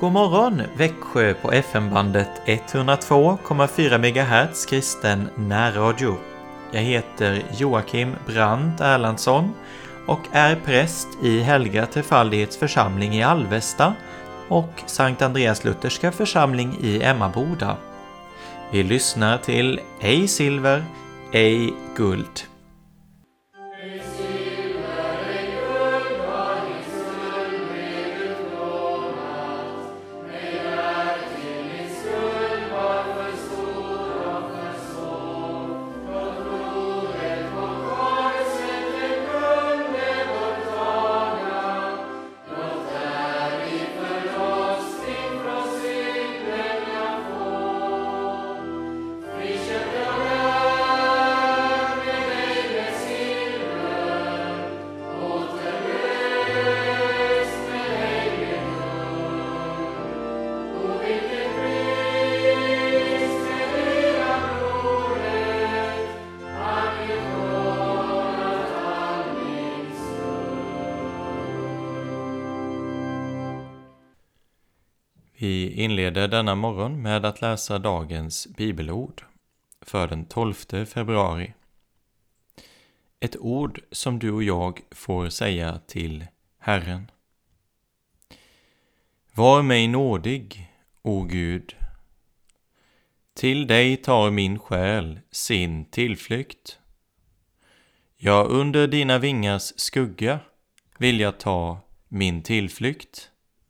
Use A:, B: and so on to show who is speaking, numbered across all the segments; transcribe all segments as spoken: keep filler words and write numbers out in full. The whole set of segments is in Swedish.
A: God morgon Växjö på F M-bandet etthundratvå komma fyra megahertz kristen närradio. Jag heter Joakim Brandt Erlandsson och är präst i Helga Trefaldighets församling i Alvesta och Sankt Andreas Lutherska församling i Emmaboda. Vi lyssnar till Ej silver, ej guld. Vi inleder denna morgon med att läsa dagens bibelord för den tolfte februari. Ett ord som du och jag får säga till Herren. Var mig nådig, o Gud. Till dig tar min själ sin tillflykt. Ja, under dina vingars skugga vill jag ta min tillflykt.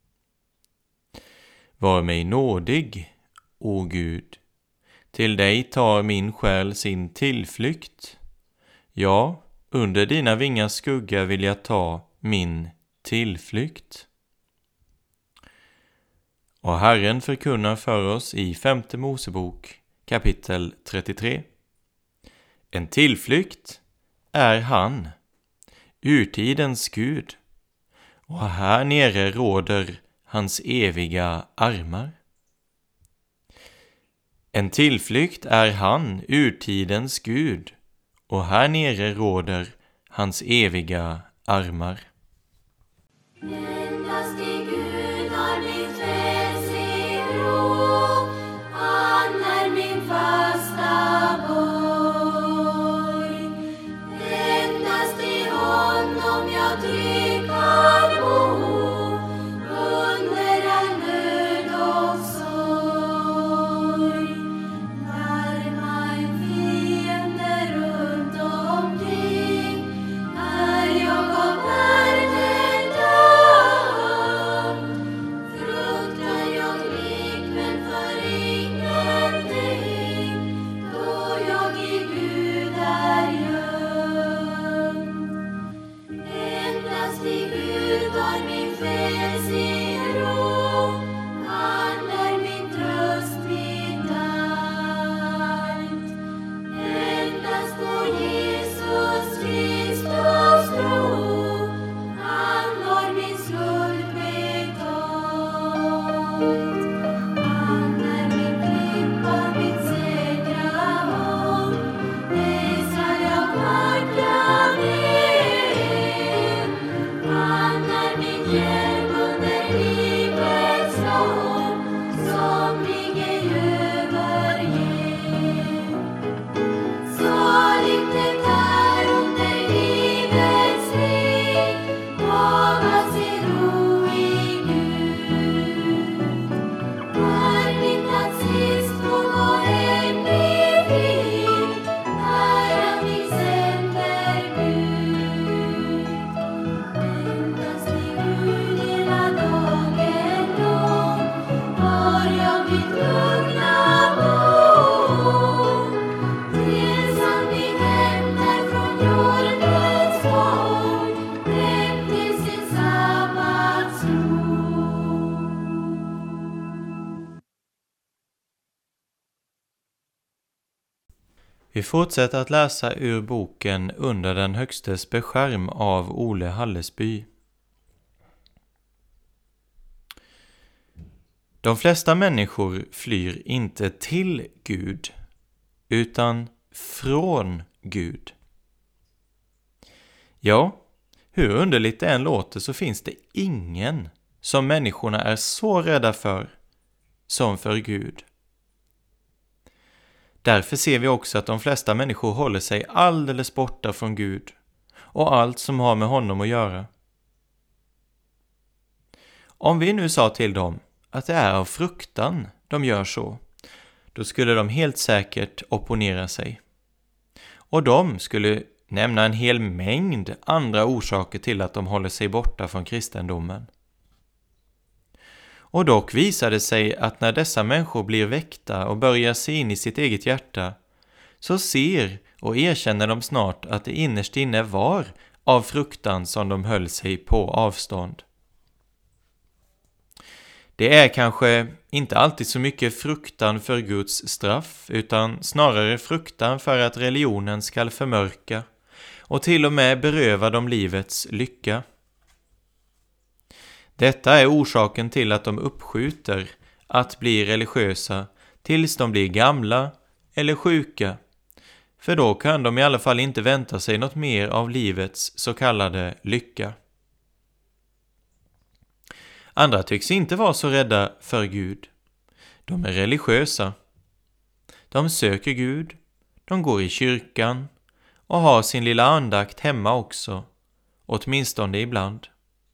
A: Var mig nådig, o Gud, till dig tar min själ sin tillflykt. Ja, under dina vingars skugga vill jag ta min tillflykt. Och Herren förkunnar för oss i femte Mosebok kapitel trettiotre. En tillflykt är han, urtidens Gud, och här nere råder hans eviga armar. En tillflykt är han, urtidens Gud, och här nere råder hans eviga armar.
B: Endast i Gud har min själ sin ro, han är min fasta borg. Endast i honom jag trygg kan bo,
A: Vi fortsätter att läsa ur boken Under den högstes beskärm av Ole Hallesby. De flesta människor flyr inte till Gud, utan från Gud. Ja, hur underligt det än låter så finns det ingen som människorna är så rädda för som för Gud. Därför ser vi också att de flesta människor håller sig alldeles borta från Gud och allt som har med honom att göra. Om vi nu sa till dem att det är av fruktan de gör så, då skulle de helt säkert opponera sig. Och de skulle nämna en hel mängd andra orsaker till att de håller sig borta från kristendomen. Och dock visar det sig att när dessa människor blir väckta och börjar se in i sitt eget hjärta, så ser och erkänner de snart att det innerst inne var av fruktan som de höll sig på avstånd. Det är kanske inte alltid så mycket fruktan för Guds straff, utan snarare fruktan för att religionen ska förmörka och till och med beröva dem livets lycka. Detta är orsaken till att de uppskjuter att bli religiösa tills de blir gamla eller sjuka, för då kan de i alla fall inte vänta sig något mer av livets så kallade lycka. Andra tycks inte vara så rädda för Gud. De är religiösa. De söker Gud, de går i kyrkan och har sin lilla andakt hemma också, åtminstone ibland.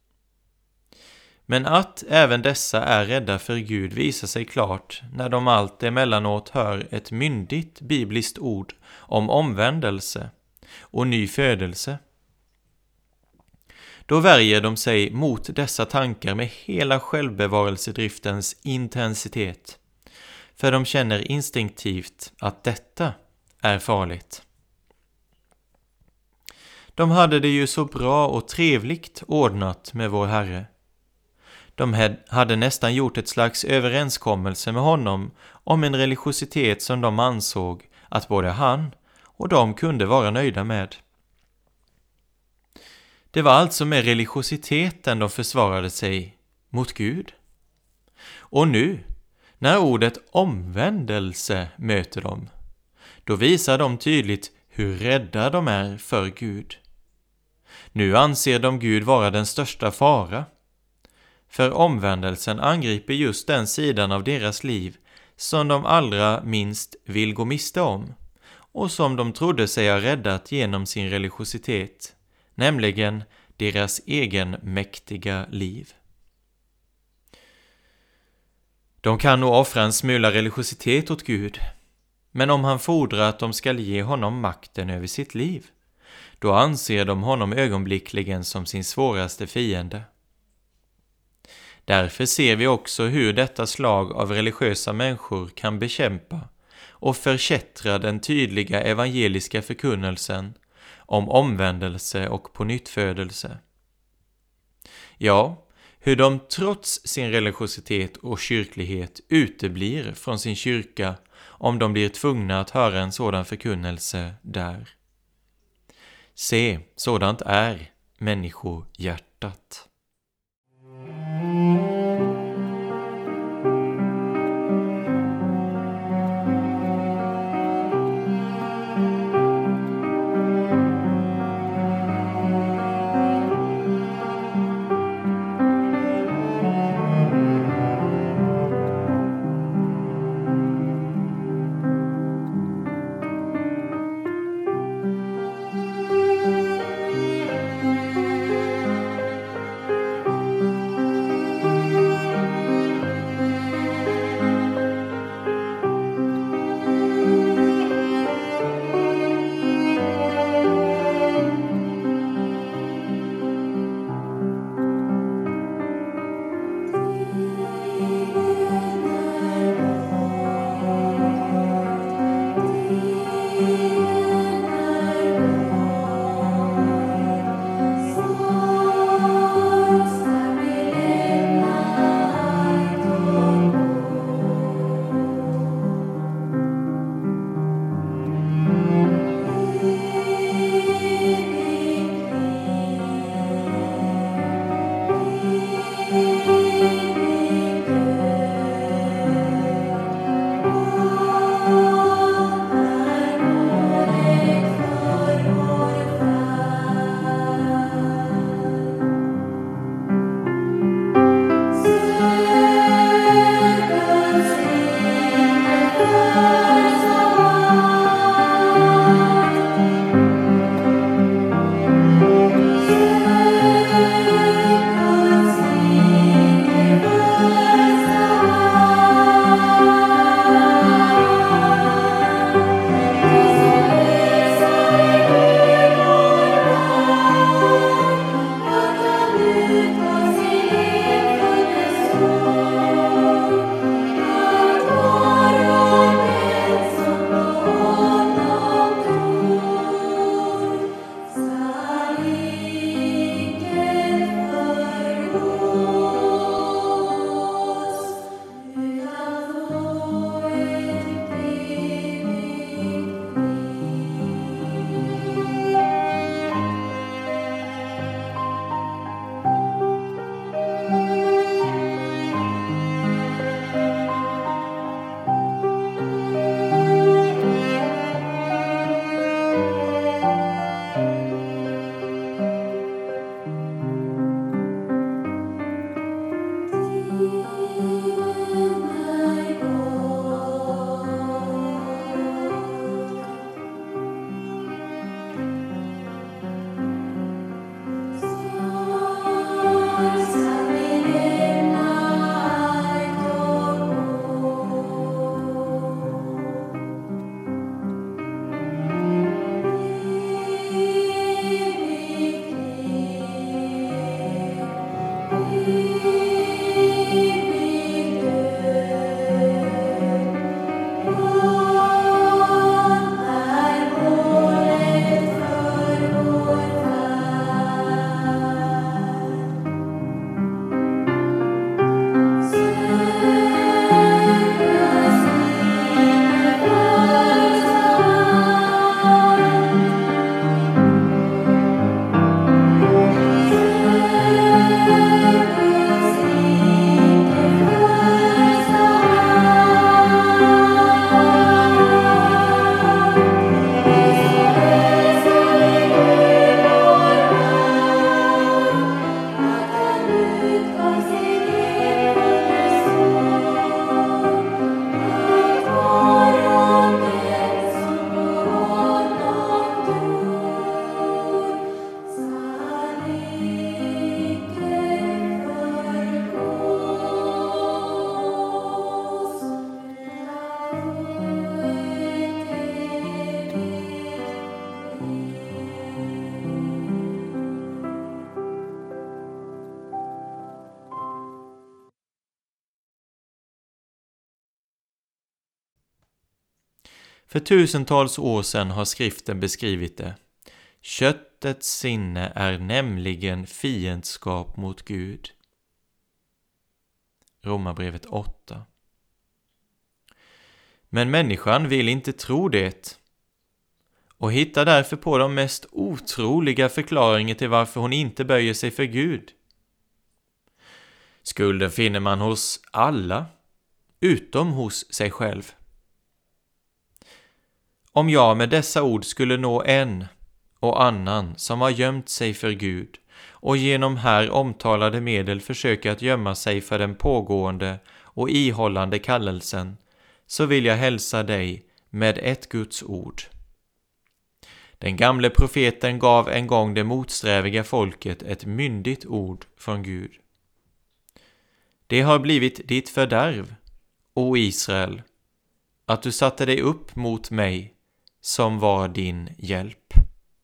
A: Men att även dessa är rädda för Gud visar sig klart när de allt emellanåt hör ett myndigt bibliskt ord om omvändelse och ny födelse. Då värjer de sig mot dessa tankar med hela självbevarelsedriftens intensitet, för de känner instinktivt att detta är farligt. De hade det ju så bra och trevligt ordnat med vår Herre. De hade nästan gjort ett slags överenskommelse med honom om en religiositet som de ansåg att både han och de kunde vara nöjda med. Det var alltså med religiositeten de försvarade sig mot Gud. Och nu, när ordet omvändelse möter dem, då visar de tydligt hur rädda de är för Gud. Nu anser de Gud vara den största fara. För omvändelsen angriper just den sidan av deras liv som de allra minst vill gå miste om och som de trodde sig ha räddat genom sin religiositet, nämligen deras egen mäktiga liv. De kan nog offra en smula religiositet åt Gud, men om han fordrar att de ska ge honom makten över sitt liv, då anser de honom ögonblickligen som sin svåraste fiende. Därför ser vi också hur detta slag av religiösa människor kan bekämpa och förkättra den tydliga evangeliska förkunnelsen om omvändelse och pånyttfödelse. Ja, hur de trots sin religiositet och kyrklighet uteblir från sin kyrka om de blir tvungna att höra en sådan förkunnelse där. Se, sådant är människohjärtat. För tusentals år sedan har skriften beskrivit det. Köttets sinne är nämligen fiendskap mot Gud. Romarbrevet åtta. Men människan vill inte tro det och hittar därför på de mest otroliga förklaringar till varför hon inte böjer sig för Gud. Skulden finner man hos alla, utom hos sig själv. Om jag med dessa ord skulle nå en och annan som har gömt sig för Gud och genom här omtalade medel försöker att gömma sig för den pågående och ihållande kallelsen, så vill jag hälsa dig med ett Guds ord. Den gamle profeten gav en gång det motsträviga folket ett myndigt ord från Gud. Det har blivit ditt fördärv, o Israel, att du satte dig upp mot mig som var din hjälp.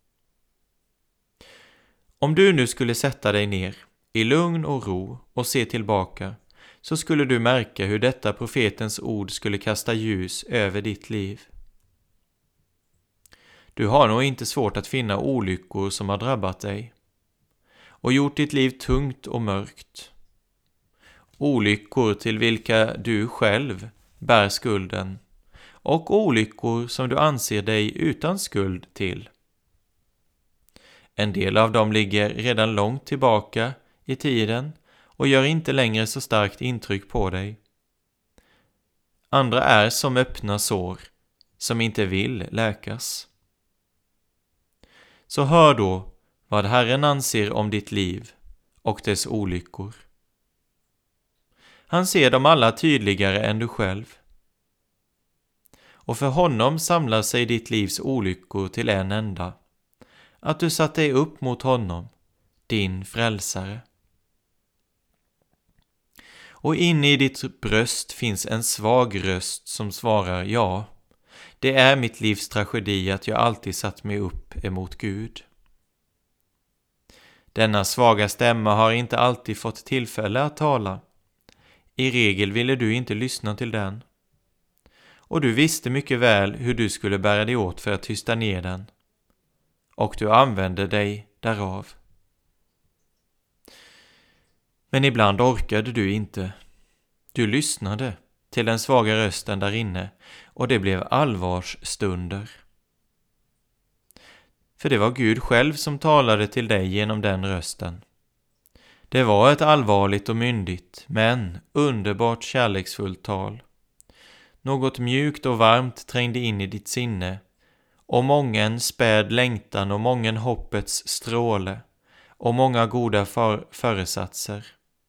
A: Om du nu skulle sätta dig ner i lugn och ro och se tillbaka, så skulle du märka hur detta profetens ord skulle kasta ljus över ditt liv. Du har nog inte svårt att finna olyckor som har drabbat dig och gjort ditt liv tungt och mörkt. Olyckor till vilka du själv bär skulden och olyckor som du anser dig utan skuld till. En del av dem ligger redan långt tillbaka i tiden och gör inte längre så starkt intryck på dig. Andra är som öppna sår som inte vill läkas. Så hör då vad Herren anser om ditt liv och dess olyckor. Han ser dem alla tydligare än du själv. Och för honom samlar sig ditt livs olyckor till en enda, att du satt dig upp mot honom, din frälsare. Och inne i ditt bröst finns en svag röst som svarar: ja, det är mitt livs tragedi att jag alltid satt mig upp emot Gud. Denna svaga stämma har inte alltid fått tillfälle att tala. I regel ville du inte lyssna till den. Och du visste mycket väl hur du skulle bära dig åt för att tysta ner den. Och du använde dig därav. Men ibland orkade du inte. Du lyssnade till den svaga rösten där inne, och det blev allvarsstunder. För det var Gud själv som talade till dig genom den rösten. Det var ett allvarligt och myndigt, men underbart kärleksfullt tal. Något mjukt och varmt trängde in i ditt sinne, och mången späd längtan och mången hoppets stråle, och många goda för- föresatser.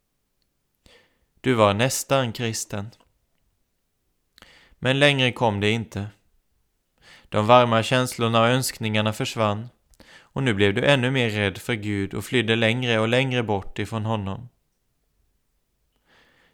A: Du var nästan kristen. Men längre kom det inte. De varma känslorna och önskningarna försvann, och nu blev du ännu mer rädd för Gud och flydde längre och längre bort ifrån honom.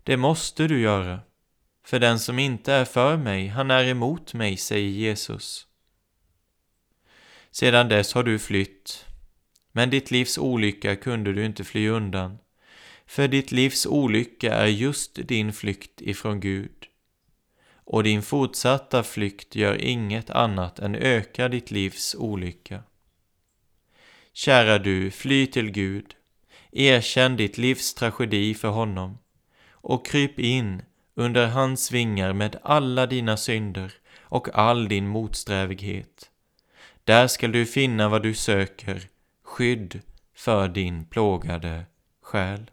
A: Det måste du göra. För den som inte är för mig, han är emot mig, säger Jesus. Sedan dess har du flytt. Men ditt livs olycka kunde du inte fly undan. För ditt livs olycka är just din flykt ifrån Gud. Och din fortsatta flykt gör inget annat än öka ditt livs olycka. Kära du, fly till Gud. Erkänn ditt livs tragedi för honom. Och kryp in under hans vingar med alla dina synder och all din motsträvighet. Där skall du finna vad du söker, skydd för din plågade själ.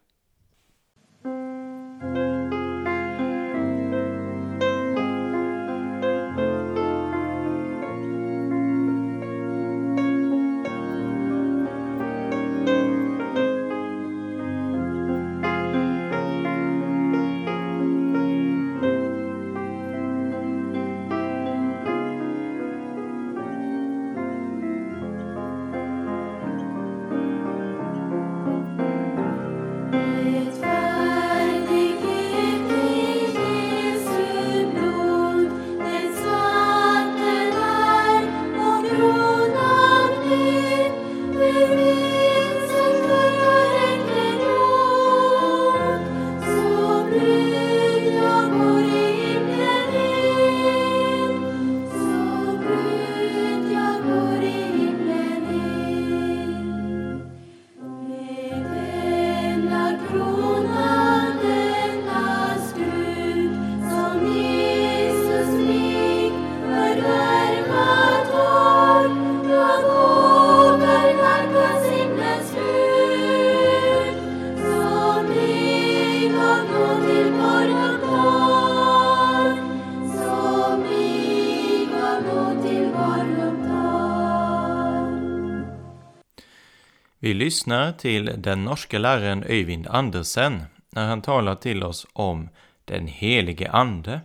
A: Vi lyssnar till den norska läraren Øyvind Andersen när han talar till oss om den helige ande.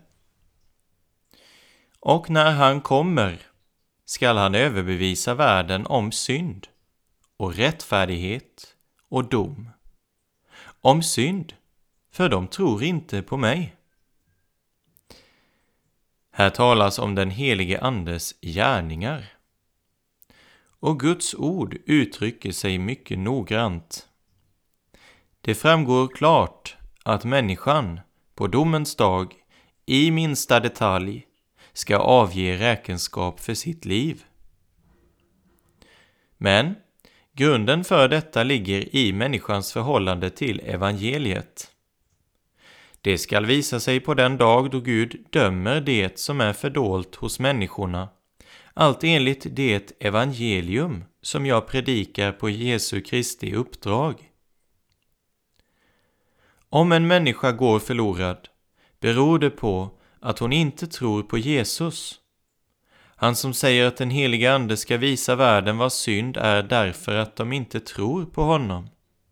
A: Och när han kommer skall han överbevisa världen om synd och rättfärdighet och dom. Om synd, för de tror inte på mig. Här talas om den helige andes gärningar. Och Guds ord uttrycker sig mycket noggrant. Det framgår klart att människan på domens dag i minsta detalj ska avge räkenskap för sitt liv. Men grunden för detta ligger i människans förhållande till evangeliet. Det ska visa sig på den dag då Gud dömer det som är fördolt hos människorna. Allt enligt det evangelium som jag predikar på Jesu Kristi uppdrag. Om en människa går förlorad beror det på att hon inte tror på Jesus. Han som säger att den heliga ande ska visa världen vad synd är därför att de inte tror på honom.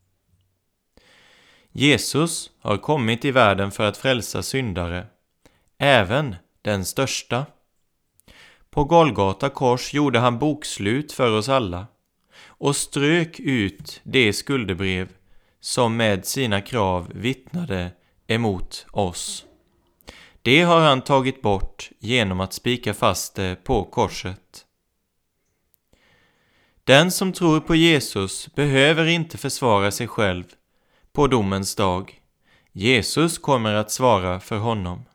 A: Jesus har kommit i världen för att frälsa syndare, även den största. På Golgata kors gjorde han bokslut för oss alla och strök ut det skuldebrev som med sina krav vittnade emot oss. Det har han tagit bort genom att spika fast det på korset. Den som tror på Jesus behöver inte försvara sig själv på domens dag. Jesus kommer att svara för honom.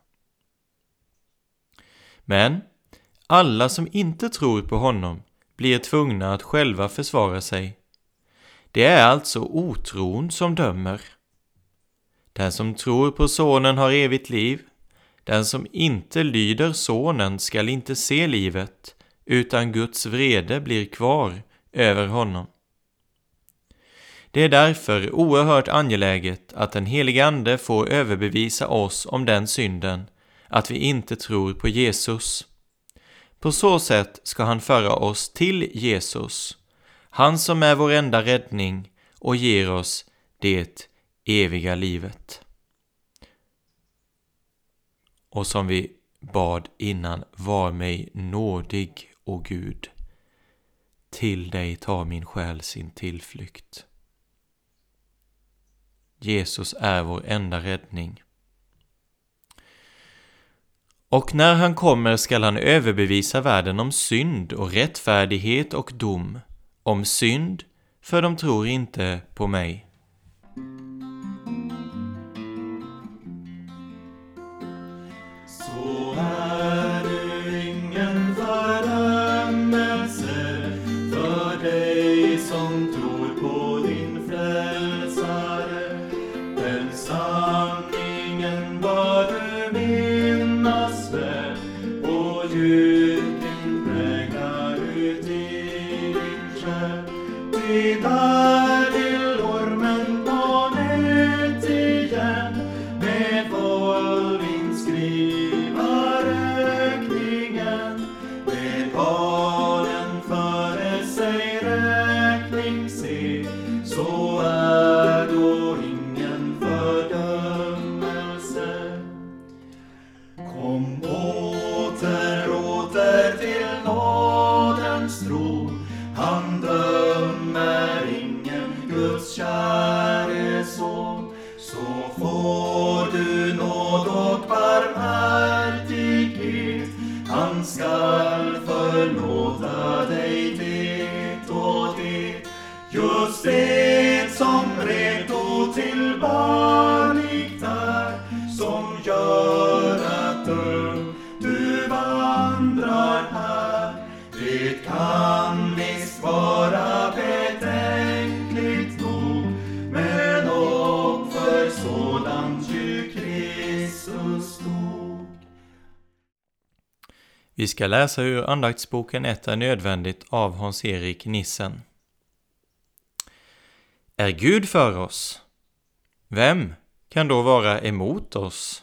A: Men alla som inte tror på honom blir tvungna att själva försvara sig. Det är alltså otron som dömer. Den som tror på sonen har evigt liv. Den som inte lyder sonen skall inte se livet, utan Guds vrede blir kvar över honom. Det är därför oerhört angeläget att den helige ande får överbevisa oss om den synden, att vi inte tror på Jesus. På så sätt ska han föra oss till Jesus, han som är vår enda räddning och ger oss det eviga livet. Och som vi bad innan, var mig nådig, o Gud. Till dig tar min själ sin tillflykt. Jesus är vår enda räddning. Och när han kommer skall han överbevisa världen om synd och rättfärdighet och dom. Om synd, för de tror inte på mig.
C: Så är du ingen fördömelse för dig som tror på din frälsare. Den sanningen bör du minnas väl och djupt prägla ut i din själ. Ty där vill ormen på nytt igen med våld inskriva räkningen. Med barnen före sig räkning se, så är då ingen fördömelse. Kom åter, åter till nådens tro. Han dömer ingen, Guds käre son. Så får du nåd och barmhärtighet. Han skall förlåta dig det och det. Just det som redo tillbörligt är, som gör att du, du vandrar här. Det kan visst vara betänkligt nog, men och för sådant ju Kristus dog.
A: Vi ska läsa ur andaktsboken Ett är nödvändigt av Hans-Erik Nissen. Är Gud för oss? Vem kan då vara emot oss?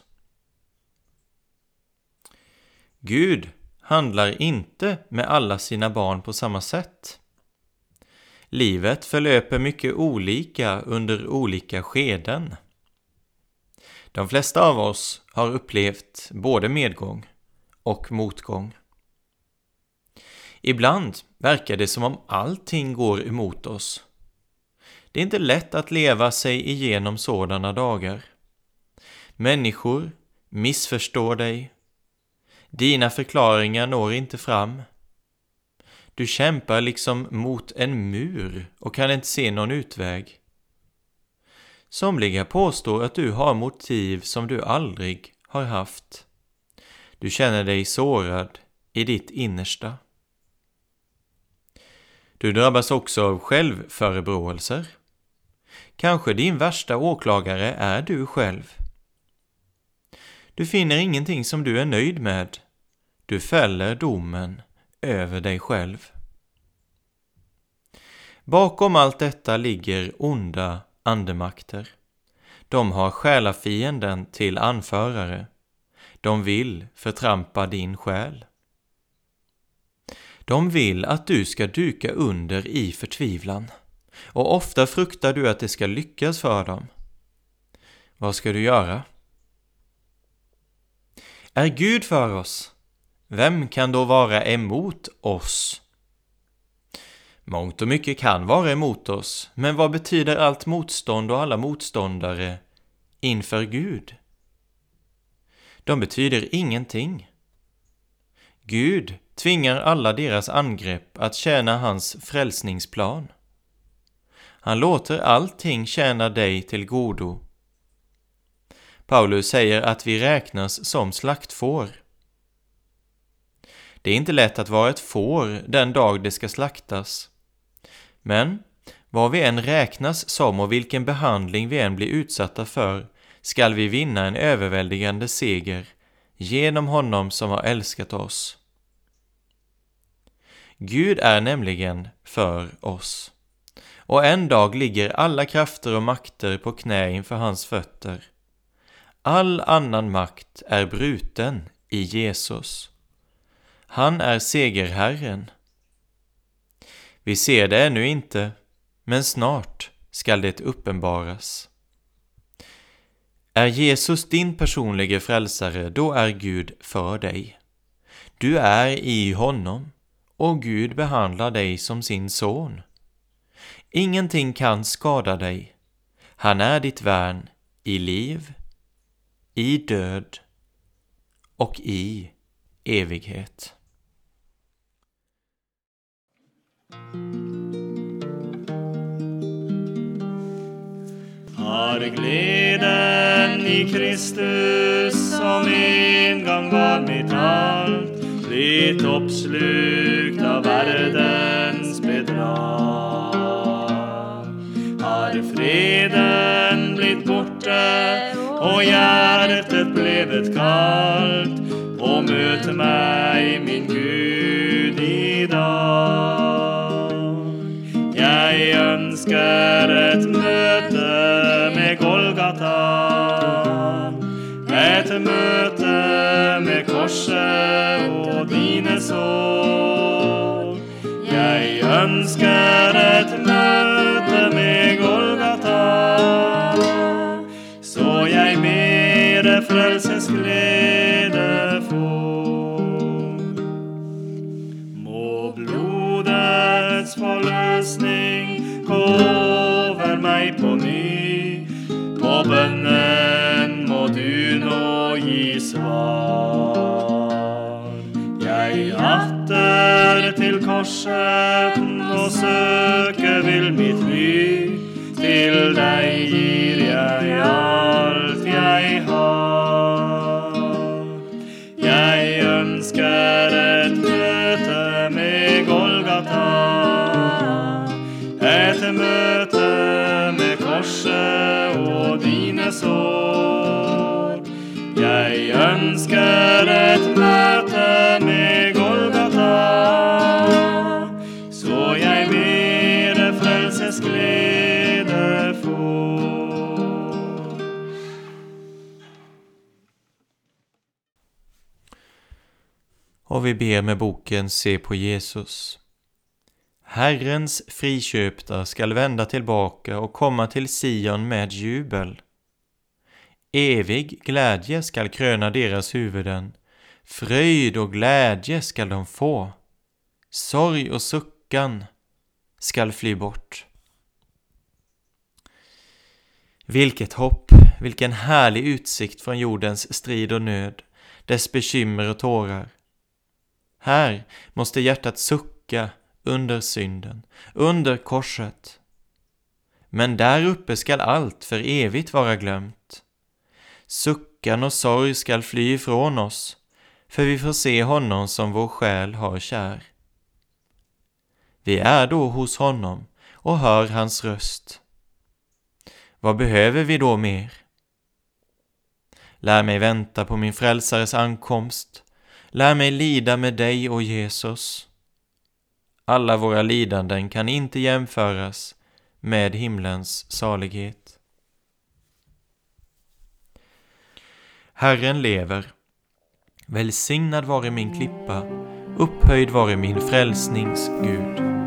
A: Gud handlar inte med alla sina barn på samma sätt. Livet förlöper mycket olika under olika skeden. De flesta av oss har upplevt både medgång och motgång. Ibland verkar det som om allting går emot oss. Det är inte lätt att leva sig igenom sådana dagar. Människor missförstår dig. Dina förklaringar når inte fram. Du kämpar liksom mot en mur och kan inte se någon utväg. Somliga påstår att du har motiv som du aldrig har haft. Du känner dig sårad i ditt innersta. Du drabbas också av självförebråelser. Kanske din värsta åklagare är du själv. Du finner ingenting som du är nöjd med. Du fäller domen över dig själv. Bakom allt detta ligger onda andemakter. De har själafienden till anförare. De vill förtrampa din själ. De vill att du ska duka under i förtvivlan. Och ofta fruktar du att det ska lyckas för dem. Vad ska du göra? Är Gud för oss? Vem kan då vara emot oss? Mångt och mycket kan vara emot oss, men vad betyder allt motstånd och alla motståndare inför Gud? De betyder ingenting. Gud tvingar alla deras angrepp att tjäna hans frälsningsplan. Han låter allting tjäna dig till godo. Paulus säger att vi räknas som slaktfår. Det är inte lätt att vara ett får den dag det ska slaktas. Men vad vi än räknas som och vilken behandling vi än blir utsatta för, skall vi vinna en överväldigande seger genom honom som har älskat oss. Gud är nämligen för oss. Och en dag ligger alla krafter och makter på knä inför hans fötter. All annan makt är bruten i Jesus. Han är segerherren. Vi ser det ännu inte, men snart skall det uppenbaras. Är Jesus din personliga frälsare, då är Gud för dig. Du är i honom och Gud behandlar dig som sin son. Ingenting kan skada dig. Han är ditt värn i liv, i död och i evighet.
C: Har glädjen i Kristus som en gång var mitt allt blivit uppslukt av världens bedrag. Har freden blivit borta och hjärtat blev kallt och möter mig min Gud idag. Jag önskar ett möte med Golgata, ett möte med korset och dina sår. Jag önskar ett möte med Golgata, så jag mer frälses glädje får. Må blodets förlösning gå över mig på ny, på bönnen må du nå ge svar. Jag atter till korset och söker vill mitt liv, till dig ger jag allt jag har. Jag önskar ett möte med Golgata, ett möte med korset och dina sår. Jag önskar ett möte med Golgata, så jag mer frälses glädje får.
A: Och vi ber med boken Se på Jesus. Herrens friköpta skall vända tillbaka och komma till Sion med jubel. Evig glädje skall kröna deras huvuden, fröjd och glädje skall de få. Sorg och suckan skall fly bort. Vilket hopp, vilken härlig utsikt från jordens strid och nöd, dess bekymmer och tårar. Här måste hjärtat sucka under synden, under korset. Men där uppe skall allt för evigt vara glömt. Suckan och sorg skall fly ifrån oss, för vi får se honom som vår själ har kär. Vi är då hos honom och hör hans röst. Vad behöver vi då mer? Lär mig vänta på min frälsares ankomst. Lär mig lida med dig, och Jesus. Alla våra lidanden kan inte jämföras med himlens salighet. Herren lever. Välsignad vare min klippa, upphöjd vare min frälsnings Gud.